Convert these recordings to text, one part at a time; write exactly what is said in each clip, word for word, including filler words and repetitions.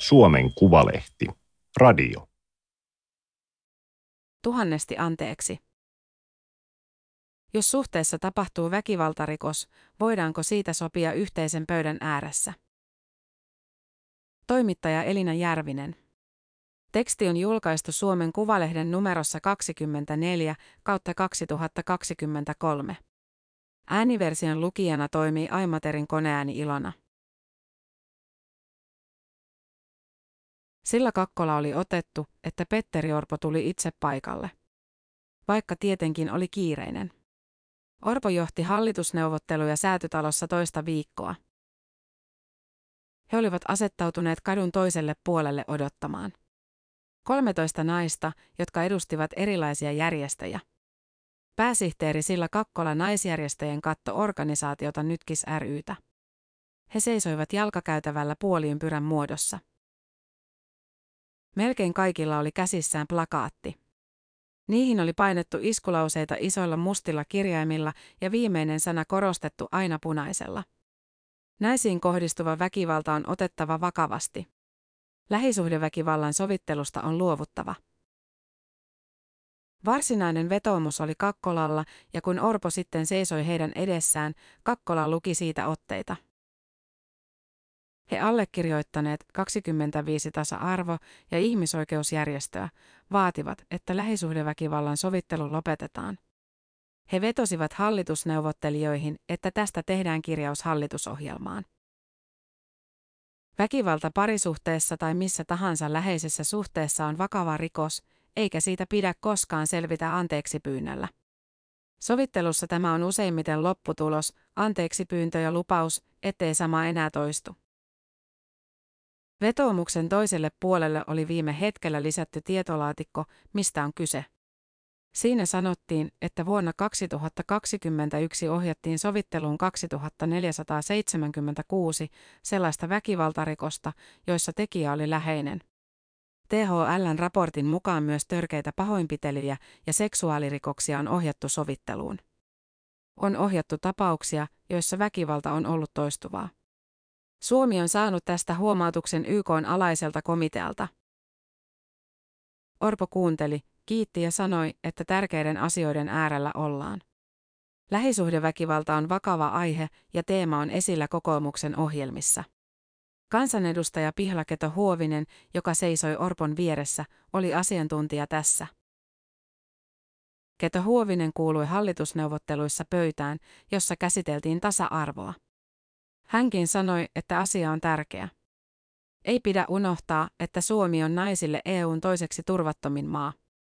Suomen Kuvalehti. Radio. Tuhannesti anteeksi. Jos suhteessa tapahtuu väkivaltarikos, voidaanko siitä sopia yhteisen pöydän ääressä? Toimittaja Elina Järvinen. Teksti on julkaistu Suomen Kuvalehden numerossa kaksikymmentäneljä kautta kaksituhattakaksikymmentäkolme. Ääniversion lukijana toimii Aimaterin koneääni Ilona. Sillä Kakkola oli otettu, että Petteri Orpo tuli itse paikalle. Vaikka tietenkin oli kiireinen. Orpo johti hallitusneuvotteluja Säätytalossa toista viikkoa. He olivat asettautuneet kadun toiselle puolelle odottamaan. kolmetoista naista, jotka edustivat erilaisia järjestöjä. Pääsihteeri Silla Kakkola naisjärjestöjen katto-organisaatiota Nytkis ry:tä. He seisoivat jalkakäytävällä puoliympyrän muodossa. Melkein kaikilla oli käsissään plakaatti. Niihin oli painettu iskulauseita isoilla mustilla kirjaimilla ja viimeinen sana korostettu aina punaisella. Naisiin kohdistuva väkivalta on otettava vakavasti. Lähisuhdeväkivallan sovittelusta on luovuttava. Varsinainen vetoomus oli Kakkolalla, ja kun Orpo sitten seisoi heidän edessään, Kakkola luki siitä otteita. He allekirjoittaneet kaksikymmentäviisi tasa-arvo- ja ihmisoikeusjärjestöä vaativat, että lähisuhdeväkivallan sovittelu lopetetaan. He vetosivat hallitusneuvottelijoihin, että tästä tehdään kirjaus hallitusohjelmaan. Väkivalta parisuhteessa tai missä tahansa läheisessä suhteessa on vakava rikos, eikä siitä pidä koskaan selvitä anteeksipyynnöllä. Sovittelussa tämä on useimmiten lopputulos, anteeksipyyntö ja lupaus, ettei sama enää toistu. Vetoomuksen toiselle puolelle oli viime hetkellä lisätty tietolaatikko, mistä on kyse. Siinä sanottiin, että vuonna kaksituhattakaksikymmentäyksi ohjattiin sovitteluun kaksituhattaneljäsataaseitsemänkymmentäkuusi sellaista väkivaltarikosta, joissa tekijä oli läheinen. T H L:n raportin mukaan myös törkeitä pahoinpitelyjä ja seksuaalirikoksia on ohjattu sovitteluun. On ohjattu tapauksia, joissa väkivalta on ollut toistuvaa. Suomi on saanut tästä huomautuksen Y K:n alaiselta komitealta. Orpo kuunteli, kiitti ja sanoi, että tärkeiden asioiden äärellä ollaan. Lähisuhdeväkivalta on vakava aihe ja teema on esillä kokoomuksen ohjelmissa. Kansanedustaja Pihlaketo-Huovinen, joka seisoi Orpon vieressä, oli asiantuntija tässä. Keto-Huovinen kuului hallitusneuvotteluissa pöytään, jossa käsiteltiin tasa-arvoa. Hänkin sanoi, että asia on tärkeä. Ei pidä unohtaa, että Suomi on naisille E U:n toiseksi turvattomin maa.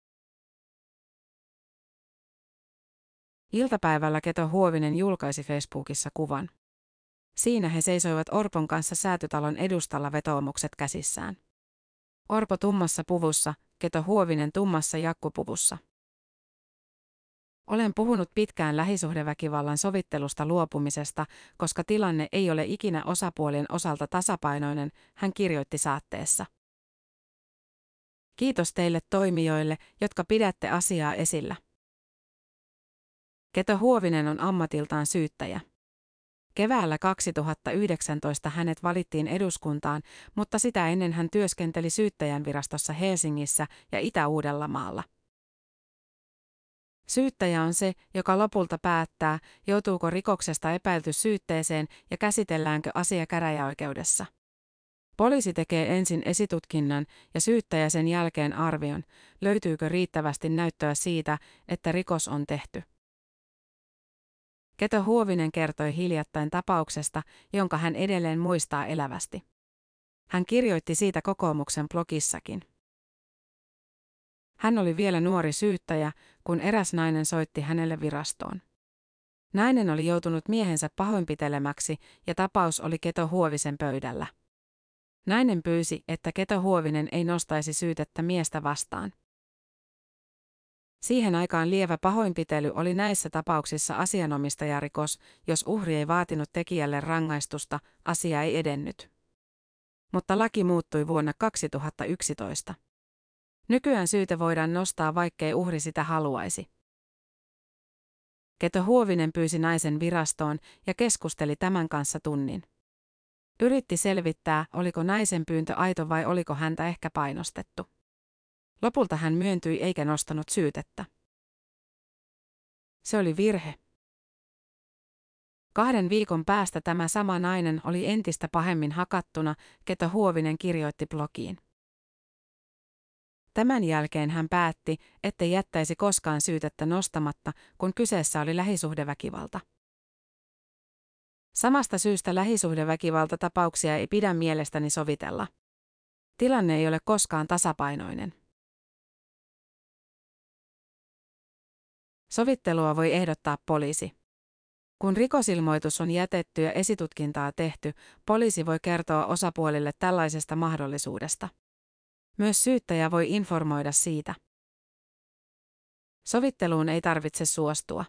Iltapäivällä Keto-Huovinen julkaisi Facebookissa kuvan. Siinä he seisoivat Orpon kanssa Säätytalon edustalla vetoomukset käsissään. Orpo tummassa puvussa, Keto-Huovinen tummassa jakkupuvussa. Olen puhunut pitkään lähisuhdeväkivallan sovittelusta luopumisesta, koska tilanne ei ole ikinä osapuolien osalta tasapainoinen, hän kirjoitti saatteessa. Kiitos teille toimijoille, jotka pidätte asiaa esillä. Keto-Huovinen on ammatiltaan syyttäjä. Keväällä kaksituhattayhdeksäntoista hänet valittiin eduskuntaan, mutta sitä ennen hän työskenteli syyttäjänvirastossa Helsingissä ja Itä-Uudellamaalla. Syyttäjä on se, joka lopulta päättää, joutuuko rikoksesta epäilty syytteeseen ja käsitelläänkö asia käräjäoikeudessa. Poliisi tekee ensin esitutkinnan ja syyttäjä sen jälkeen arvion, löytyykö riittävästi näyttöä siitä, että rikos on tehty. Keto-Huovinen kertoi hiljattain tapauksesta, jonka hän edelleen muistaa elävästi. Hän kirjoitti siitä kokoomuksen blogissakin. Hän oli vielä nuori syyttäjä, kun eräs nainen soitti hänelle virastoon. Nainen oli joutunut miehensä pahoinpitelemäksi ja tapaus oli Keto-Huovisen pöydällä. Nainen pyysi, että Keto-Huovinen ei nostaisi syytettä miestä vastaan. Siihen aikaan lievä pahoinpitely oli näissä tapauksissa asianomistajarikos, jos uhri ei vaatinut tekijälle rangaistusta, asia ei edennyt. Mutta laki muuttui vuonna kaksituhattayksitoista. Nykyään syyte voidaan nostaa, vaikkei uhri sitä haluaisi. Keto-Huovinen pyysi naisen virastoon ja keskusteli tämän kanssa tunnin. Yritti selvittää, oliko naisen pyyntö aito vai oliko häntä ehkä painostettu. Lopulta hän myöntyi eikä nostanut syytettä. Se oli virhe. Kahden viikon päästä tämä sama nainen oli entistä pahemmin hakattuna, Keto Huovinen kirjoitti blogiin. Tämän jälkeen hän päätti, ettei jättäisi koskaan syytettä nostamatta, kun kyseessä oli lähisuhdeväkivalta. Samasta syystä lähisuhdeväkivaltatapauksia ei pidä mielestäni sovitella. Tilanne ei ole koskaan tasapainoinen. Sovittelua voi ehdottaa poliisi. Kun rikosilmoitus on jätetty ja esitutkintaa tehty, poliisi voi kertoa osapuolille tällaisesta mahdollisuudesta. Myös syyttäjä voi informoida siitä. Sovitteluun ei tarvitse suostua.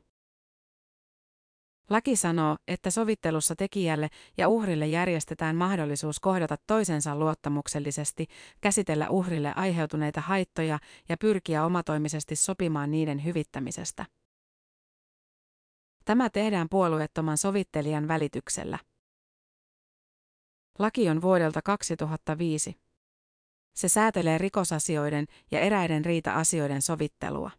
Laki sanoo, että sovittelussa tekijälle ja uhrille järjestetään mahdollisuus kohdata toisensa luottamuksellisesti, käsitellä uhrille aiheutuneita haittoja ja pyrkiä omatoimisesti sopimaan niiden hyvittämisestä. Tämä tehdään puolueettoman sovittelijan välityksellä. Laki on vuodelta kaksituhattaviisi. Se säätelee rikosasioiden ja eräiden riita-asioiden sovittelua.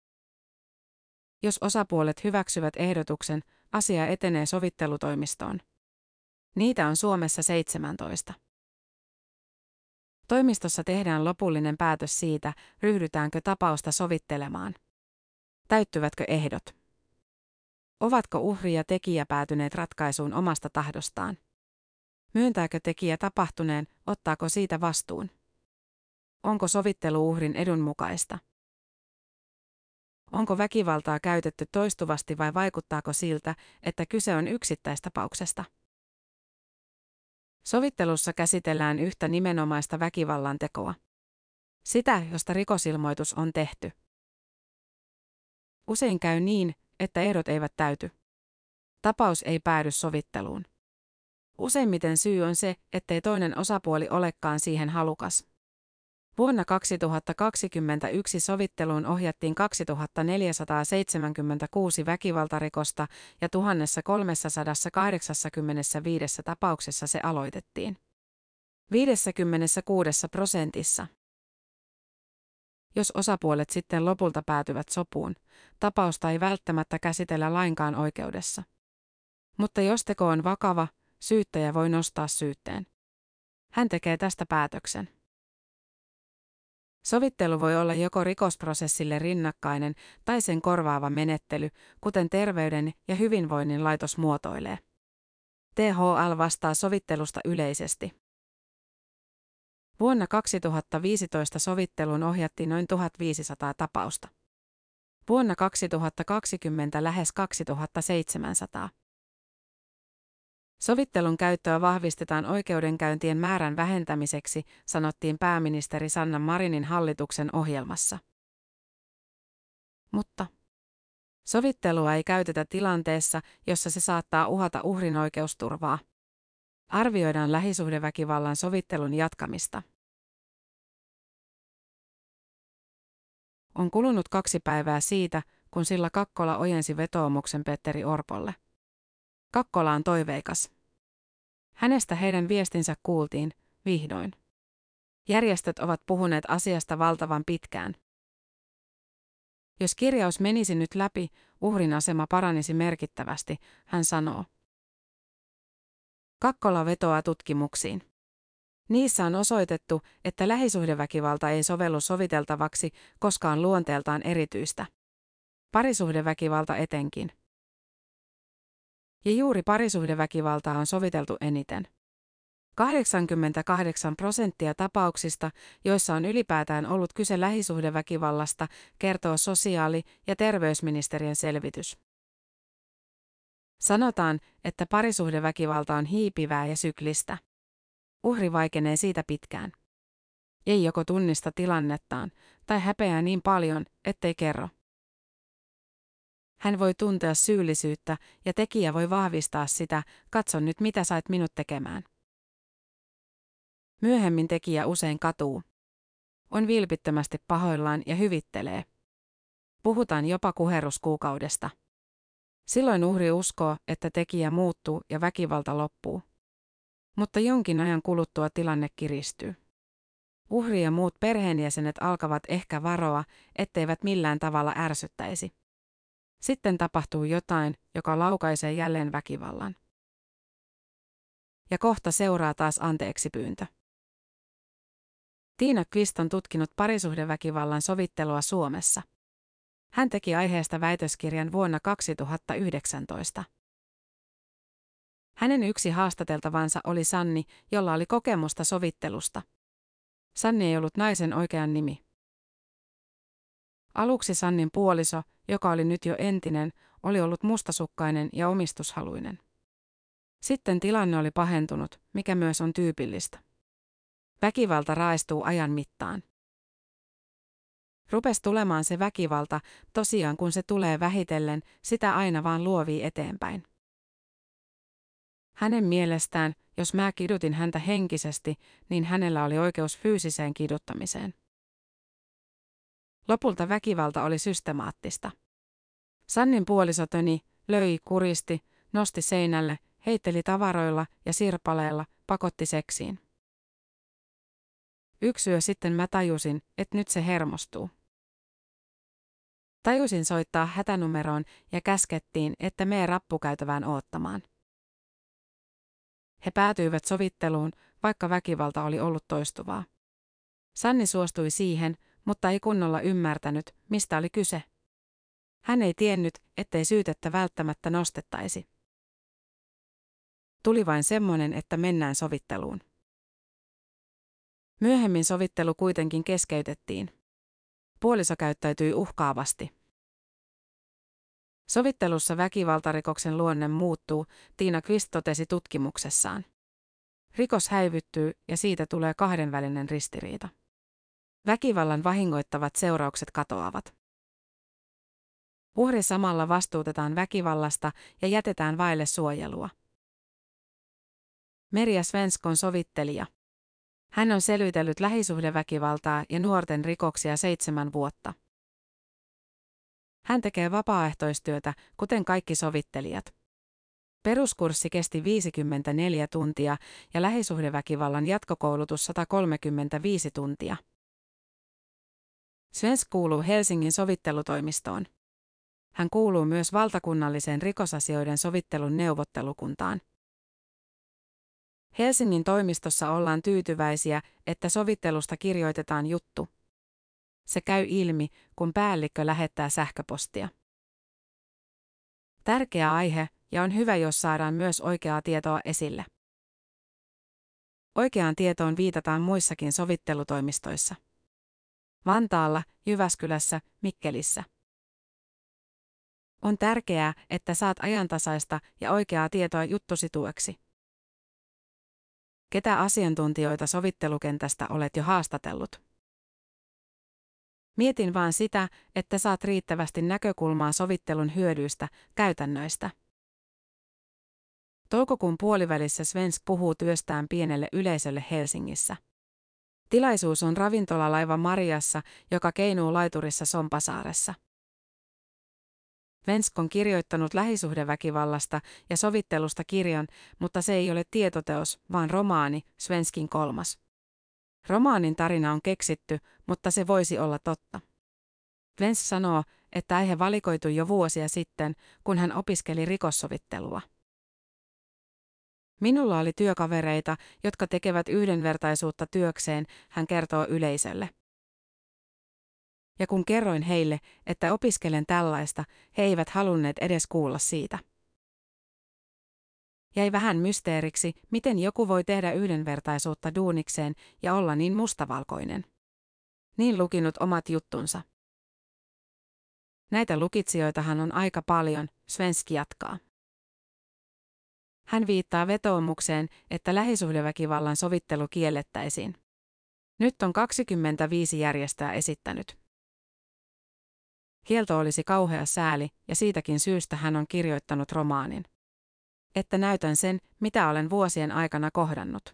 Jos osapuolet hyväksyvät ehdotuksen, asia etenee sovittelutoimistoon. Niitä on Suomessa seitsemäntoista. Toimistossa tehdään lopullinen päätös siitä, ryhdytäänkö tapausta sovittelemaan. Täyttyvätkö ehdot? Ovatko uhri ja tekijä päätyneet ratkaisuun omasta tahdostaan? Myöntääkö tekijä tapahtuneen, ottaako siitä vastuun? Onko sovittelu uhrin edun mukaista? Onko väkivaltaa käytetty toistuvasti vai vaikuttaako siltä, että kyse on yksittäistapauksesta? Sovittelussa käsitellään yhtä nimenomaista väkivallan tekoa. Sitä, josta rikosilmoitus on tehty. Usein käy niin, että ehdot eivät täyty. Tapaus ei päädy sovitteluun. Useimmiten syy on se, ettei toinen osapuoli olekaan siihen halukas. Vuonna kaksituhattakaksikymmentäyksi sovitteluun ohjattiin kaksituhattaneljäsataaseitsemänkymmentäkuusi väkivaltarikosta ja tuhatkolmesataakahdeksankymmentäviisi tapauksessa se aloitettiin. viisikymmentäkuusi prosentissa. Jos osapuolet sitten lopulta päätyvät sopuun, tapausta ei välttämättä käsitellä lainkaan oikeudessa. Mutta jos teko on vakava, syyttäjä voi nostaa syytteen. Hän tekee tästä päätöksen. Sovittelu voi olla joko rikosprosessille rinnakkainen tai sen korvaava menettely, kuten Terveyden ja hyvinvoinnin laitos muotoilee. T H L vastaa sovittelusta yleisesti. Vuonna kaksituhattaviisitoista sovitteluun ohjattiin noin tuhatviisisataa tapausta. Vuonna kaksituhattakaksikymmentä lähes kaksituhattaseitsemänsataa. Sovittelun käyttöä vahvistetaan oikeudenkäyntien määrän vähentämiseksi, sanottiin pääministeri Sanna Marinin hallituksen ohjelmassa. Mutta sovittelua ei käytetä tilanteessa, jossa se saattaa uhata uhrin oikeusturvaa. Arvioidaan lähisuhdeväkivallan sovittelun jatkamista. On kulunut kaksi päivää siitä, kun Silla Kakkola ojensi vetoomuksen Petteri Orpolle. Kakkola on toiveikas. Hänestä heidän viestinsä kuultiin, vihdoin. Järjestöt ovat puhuneet asiasta valtavan pitkään. Jos kirjaus menisi nyt läpi, uhrin asema paranisi merkittävästi, hän sanoo. Kakkola vetoaa tutkimuksiin. Niissä on osoitettu, että lähisuhdeväkivalta ei sovellu soviteltavaksi, koska on luonteeltaan erityistä. Parisuhdeväkivalta etenkin. Ja juuri parisuhdeväkivaltaa on soviteltu eniten. kahdeksankymmentäkahdeksan prosenttia tapauksista, joissa on ylipäätään ollut kyse lähisuhdeväkivallasta, kertoo sosiaali- ja terveysministeriön selvitys. Sanotaan, että parisuhdeväkivalta on hiipivää ja syklistä. Uhri vaikenee siitä pitkään. Ei joko tunnista tilannettaan, tai häpeää niin paljon, ettei kerro. Hän voi tuntea syyllisyyttä ja tekijä voi vahvistaa sitä, katso nyt mitä sait minut tekemään. Myöhemmin tekijä usein katuu. On vilpittömästi pahoillaan ja hyvittelee. Puhutaan jopa kuherruskuukaudesta. Silloin uhri uskoo, että tekijä muuttuu ja väkivalta loppuu. Mutta jonkin ajan kuluttua tilanne kiristyy. Uhri ja muut perheenjäsenet alkavat ehkä varoa, etteivät millään tavalla ärsyttäisi. Sitten tapahtuu jotain, joka laukaisee jälleen väkivallan. Ja kohta seuraa taas anteeksipyyntö. Tiina Kvist on tutkinut parisuhdeväkivallan sovittelua Suomessa. Hän teki aiheesta väitöskirjan vuonna kaksituhattayhdeksäntoista. Hänen yksi haastateltavansa oli Sanni, jolla oli kokemusta sovittelusta. Sanni ei ollut naisen oikean nimi. Aluksi Sannin puoliso, joka oli nyt jo entinen, oli ollut mustasukkainen ja omistushaluinen. Sitten tilanne oli pahentunut, mikä myös on tyypillistä. Väkivalta raaistuu ajan mittaan. Rupes tulemaan se väkivalta, tosiaan kun se tulee vähitellen, sitä aina vaan luovii eteenpäin. Hänen mielestään, jos mä kidutin häntä henkisesti, niin hänellä oli oikeus fyysiseen kiduttamiseen. Lopulta väkivalta oli systemaattista. Sannin puoliso töni, löi, kuristi, nosti seinälle, heitteli tavaroilla ja sirpaleella, pakotti seksiin. Yksi yö sitten mä tajusin, että nyt se hermostuu. Tajusin soittaa hätänumeroon ja käskettiin, että mee rappukäytävään oottamaan. He päätyivät sovitteluun, vaikka väkivalta oli ollut toistuvaa. Sanni suostui siihen, mutta ei kunnolla ymmärtänyt, mistä oli kyse. Hän ei tiennyt, ettei syytettä välttämättä nostettaisi. Tuli vain semmoinen, että mennään sovitteluun. Myöhemmin sovittelu kuitenkin keskeytettiin. Puoliso käyttäytyi uhkaavasti. Sovittelussa väkivaltarikoksen luonne muuttuu, Tiina Kvist totesi tutkimuksessaan. Rikos häivyttyy ja siitä tulee kahdenvälinen ristiriita. Väkivallan vahingoittavat seuraukset katoavat. Uhri samalla vastuutetaan väkivallasta ja jätetään vaille suojelua. Merja Svensk on sovittelija. Hän on selvitellyt lähisuhdeväkivaltaa ja nuorten rikoksia seitsemän vuotta. Hän tekee vapaaehtoistyötä, kuten kaikki sovittelijat. Peruskurssi kesti viisikymmentäneljä tuntia ja lähisuhdeväkivallan jatkokoulutus sata kolmekymmentäviisi tuntia. Svensk kuuluu Helsingin sovittelutoimistoon. Hän kuuluu myös valtakunnalliseen rikosasioiden sovittelun neuvottelukuntaan. Helsingin toimistossa ollaan tyytyväisiä, että sovittelusta kirjoitetaan juttu. Se käy ilmi, kun päällikkö lähettää sähköpostia. Tärkeä aihe, ja on hyvä, jos saadaan myös oikeaa tietoa esille. Oikeaan tietoon viitataan muissakin sovittelutoimistoissa. Vantaalla, Jyväskylässä, Mikkelissä. On tärkeää, että saat ajantasaista ja oikeaa tietoa juttusi tueksi. Ketä asiantuntijoita sovittelukentästä olet jo haastatellut? Mietin vaan sitä, että saat riittävästi näkökulmaa sovittelun hyödyistä, käytännöistä. Toukokuun puolivälissä Svensk puhuu työstään pienelle yleisölle Helsingissä. Tilaisuus on ravintolalaiva Mariassa, joka keinuu laiturissa Sompasaaressa. Svensk on kirjoittanut lähisuhdeväkivallasta ja sovittelusta kirjan, mutta se ei ole tietoteos, vaan romaani, Svenskin kolmas. Romaanin tarina on keksitty, mutta se voisi olla totta. Svensk sanoo, että aihe valikoitui jo vuosia sitten, kun hän opiskeli rikossovittelua. Minulla oli työkavereita, jotka tekevät yhdenvertaisuutta työkseen, hän kertoo yleisölle. Ja kun kerroin heille, että opiskelen tällaista, he eivät halunneet edes kuulla siitä. Jäi vähän mysteeriksi, miten joku voi tehdä yhdenvertaisuutta duunikseen ja olla niin mustavalkoinen. Niin lukinut omat juttunsa. Näitä lukitsijoitahan on aika paljon, Svensk jatkaa. Hän viittaa vetoomukseen, että lähisuhdeväkivallan sovittelu kiellettäisiin. Nyt on kaksikymmentäviisi järjestöä esittänyt. Kielto olisi kauhea sääli, ja siitäkin syystä hän on kirjoittanut romaanin. Että näytän sen, mitä olen vuosien aikana kohdannut.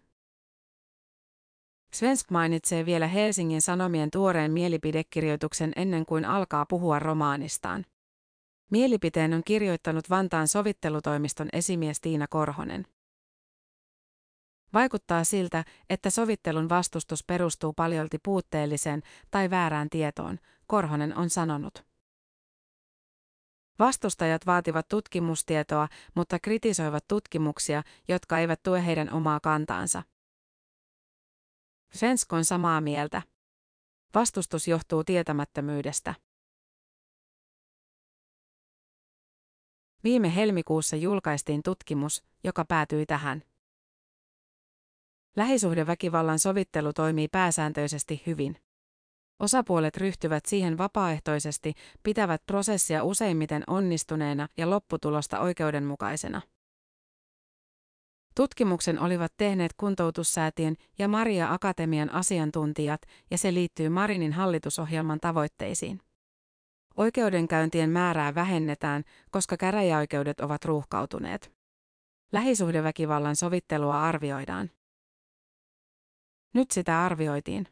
Svensk mainitsee vielä Helsingin Sanomien tuoreen mielipidekirjoituksen ennen kuin alkaa puhua romaanistaan. Mielipiteen on kirjoittanut Vantaan sovittelutoimiston esimies Tiina Korhonen. Vaikuttaa siltä, että sovittelun vastustus perustuu paljolti puutteelliseen tai väärään tietoon, Korhonen on sanonut. Vastustajat vaativat tutkimustietoa, mutta kritisoivat tutkimuksia, jotka eivät tue heidän omaa kantaansa. Svensk on samaa mieltä. Vastustus johtuu tietämättömyydestä. Viime helmikuussa julkaistiin tutkimus, joka päätyi tähän. Lähisuhdeväkivallan sovittelu toimii pääsääntöisesti hyvin. Osapuolet ryhtyvät siihen vapaaehtoisesti, pitävät prosessia useimmiten onnistuneena ja lopputulosta oikeudenmukaisena. Tutkimuksen olivat tehneet Kuntoutussäätiön ja Maria Akatemian asiantuntijat, ja se liittyy Marinin hallitusohjelman tavoitteisiin. Oikeudenkäyntien määrää vähennetään, koska käräjäoikeudet ovat ruuhkautuneet. Lähisuhdeväkivallan sovittelua arvioidaan. Nyt sitä arvioitiin.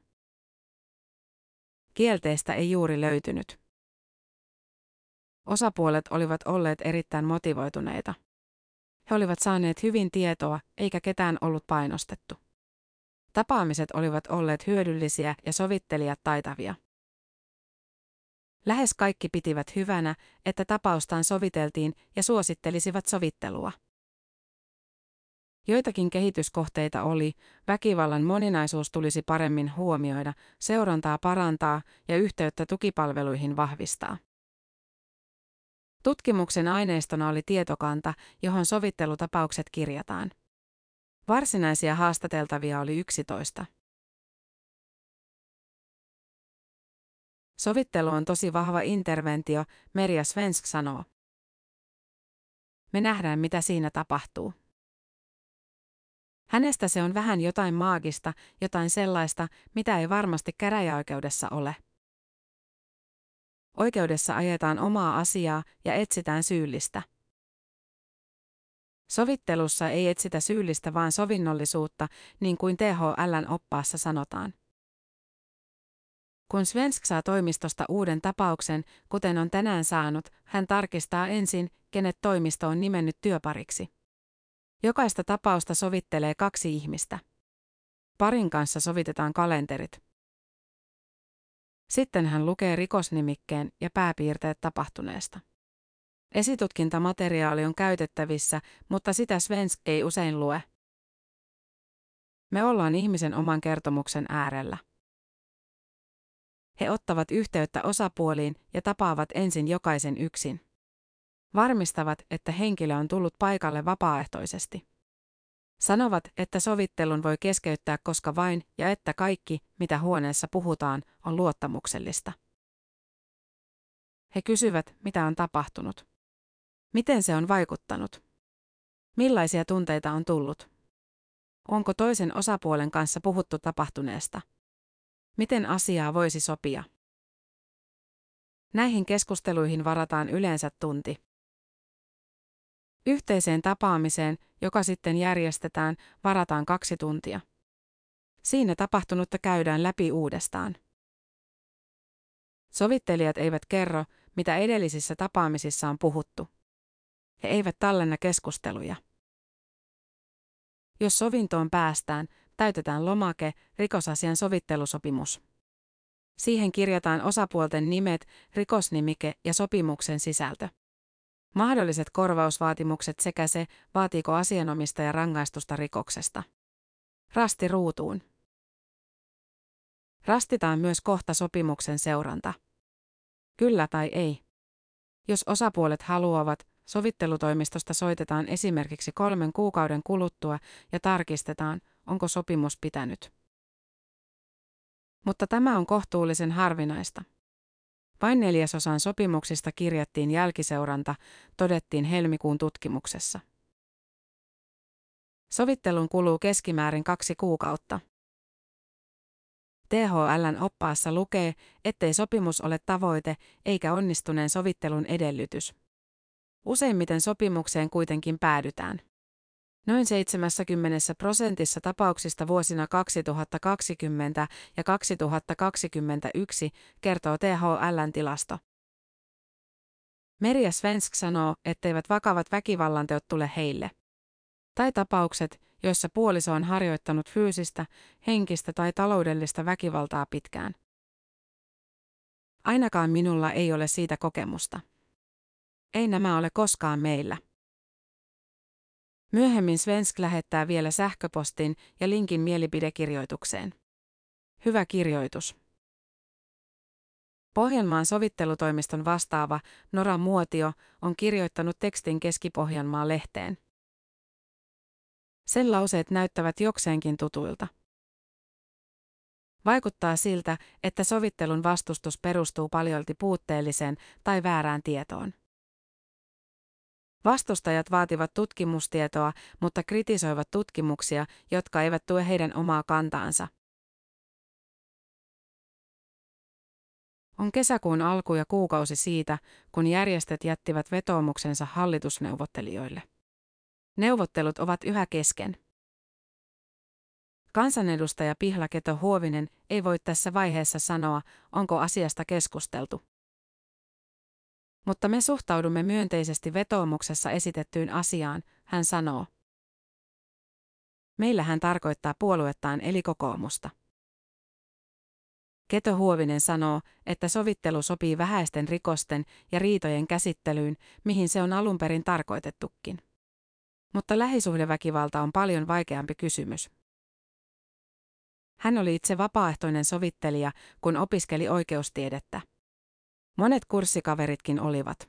Kielteistä ei juuri löytynyt. Osapuolet olivat olleet erittäin motivoituneita. He olivat saaneet hyvin tietoa, eikä ketään ollut painostettu. Tapaamiset olivat olleet hyödyllisiä ja sovittelijat taitavia. Lähes kaikki pitivät hyvänä, että tapaustaan soviteltiin ja suosittelisivat sovittelua. Joitakin kehityskohteita oli, väkivallan moninaisuus tulisi paremmin huomioida, seurantaa parantaa ja yhteyttä tukipalveluihin vahvistaa. Tutkimuksen aineistona oli tietokanta, johon sovittelutapaukset kirjataan. Varsinaisia haastateltavia oli yksitoista. Sovittelu on tosi vahva interventio, Merja Svensk sanoo. Me nähdään, mitä siinä tapahtuu. Hänestä se on vähän jotain maagista, jotain sellaista, mitä ei varmasti käräjäoikeudessa ole. Oikeudessa ajetaan omaa asiaa ja etsitään syyllistä. Sovittelussa ei etsitä syyllistä, vaan sovinnollisuutta, niin kuin T H L:n oppaassa sanotaan. Kun Svensk saa toimistosta uuden tapauksen, kuten on tänään saanut, hän tarkistaa ensin, kenet toimisto on nimennyt työpariksi. Jokaista tapausta sovittelee kaksi ihmistä. Parin kanssa sovitetaan kalenterit. Sitten hän lukee rikosnimikkeen ja pääpiirteet tapahtuneesta. Esitutkintamateriaali on käytettävissä, mutta sitä Svensk ei usein lue. Me ollaan ihmisen oman kertomuksen äärellä. He ottavat yhteyttä osapuoliin ja tapaavat ensin jokaisen yksin. Varmistavat, että henkilö on tullut paikalle vapaaehtoisesti. Sanovat, että sovittelun voi keskeyttää koska vain ja että kaikki, mitä huoneessa puhutaan, on luottamuksellista. He kysyvät, mitä on tapahtunut. Miten se on vaikuttanut? Millaisia tunteita on tullut? Onko toisen osapuolen kanssa puhuttu tapahtuneesta? Miten asiaa voisi sopia? Näihin keskusteluihin varataan yleensä tunti. Yhteiseen tapaamiseen, joka sitten järjestetään, varataan kaksi tuntia. Siinä tapahtunutta käydään läpi uudestaan. Sovittelijat eivät kerro, mitä edellisissä tapaamisissa on puhuttu. He eivät tallenna keskusteluja. Jos sovintoon päästään, täytetään lomake, rikosasian sovittelusopimus. Siihen kirjataan osapuolten nimet, rikosnimike ja sopimuksen sisältö. Mahdolliset korvausvaatimukset sekä se, vaatiiko asianomistaja rangaistusta rikoksesta. Rasti ruutuun. Rastitaan myös kohta sopimuksen seuranta. Kyllä tai ei. Jos osapuolet haluavat, sovittelutoimistosta soitetaan esimerkiksi kolmen kuukauden kuluttua ja tarkistetaan, onko sopimus pitänyt. Mutta tämä on kohtuullisen harvinaista. Vain neljäsosan sopimuksista kirjattiin jälkiseuranta, todettiin helmikuun tutkimuksessa. Sovittelun kuluu keskimäärin kaksi kuukautta. T H L:n oppaassa lukee, ettei sopimus ole tavoite eikä onnistuneen sovittelun edellytys. Useimmiten sopimukseen kuitenkin päädytään. Noin seitsemänkymmentä prosentissa tapauksista vuosina kaksituhattakaksikymmentä ja kaksituhattakaksikymmentäyksi, kertoo T H L:n tilasto. Merja Svensk sanoo, etteivät vakavat väkivallanteot tule heille. Tai tapaukset, joissa puoliso on harjoittanut fyysistä, henkistä tai taloudellista väkivaltaa pitkään. Ainakaan minulla ei ole siitä kokemusta. Ei nämä ole koskaan meillä. Myöhemmin Svensk lähettää vielä sähköpostin ja linkin mielipidekirjoitukseen. Hyvä kirjoitus. Pohjanmaan sovittelutoimiston vastaava Nora Muotio on kirjoittanut tekstin Keski-Pohjanmaan lehteen. Sen lauseet näyttävät jokseenkin tutuilta. Vaikuttaa siltä, että sovittelun vastustus perustuu paljolti puutteelliseen tai väärään tietoon. Vastustajat vaativat tutkimustietoa, mutta kritisoivat tutkimuksia, jotka eivät tue heidän omaa kantaansa. On kesäkuun alku ja kuukausi siitä, kun järjestöt jättivät vetoomuksensa hallitusneuvottelijoille. Neuvottelut ovat yhä kesken. Kansanedustaja Pihla Keto-Huovinen ei voi tässä vaiheessa sanoa, onko asiasta keskusteltu. Mutta me suhtaudumme myönteisesti vetoomuksessa esitettyyn asiaan, hän sanoo. Meillä hän tarkoittaa puoluettaan eli kokoomusta. Keto-Huovinen sanoo, että sovittelu sopii vähäisten rikosten ja riitojen käsittelyyn, mihin se on alun perin tarkoitettukin. Mutta lähisuhdeväkivalta on paljon vaikeampi kysymys. Hän oli itse vapaaehtoinen sovittelija, kun opiskeli oikeustiedettä. Monet kurssikaveritkin olivat.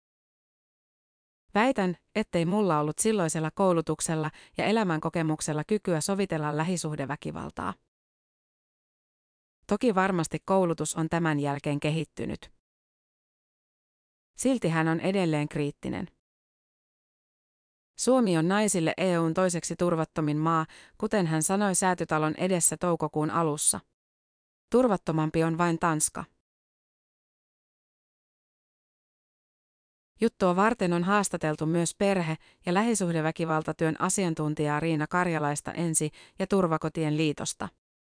Väitän, ettei mulla ollut silloisella koulutuksella ja elämänkokemuksella kykyä sovitella lähisuhdeväkivaltaa. Toki varmasti koulutus on tämän jälkeen kehittynyt. Silti hän on edelleen kriittinen. Suomi on naisille E U:n toiseksi turvattomin maa, kuten hän sanoi Säätytalon edessä toukokuun alussa. Turvattomampi on vain Tanska. Juttua varten on haastateltu myös perhe- ja lähisuhdeväkivaltatyön asiantuntijaa Riina Karjalaista Ensi- ja Turvakotien liitosta.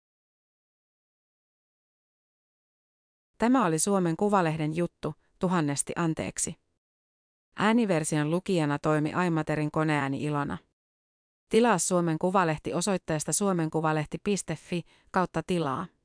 Tämä oli Suomen Kuvalehden juttu, tuhannesti anteeksi. Ääniversion lukijana toimi Aimaterin koneääni Ilona. Tilaa Suomen Kuvalehti osoitteesta suomenkuvalehti piste fi kautta tilaa.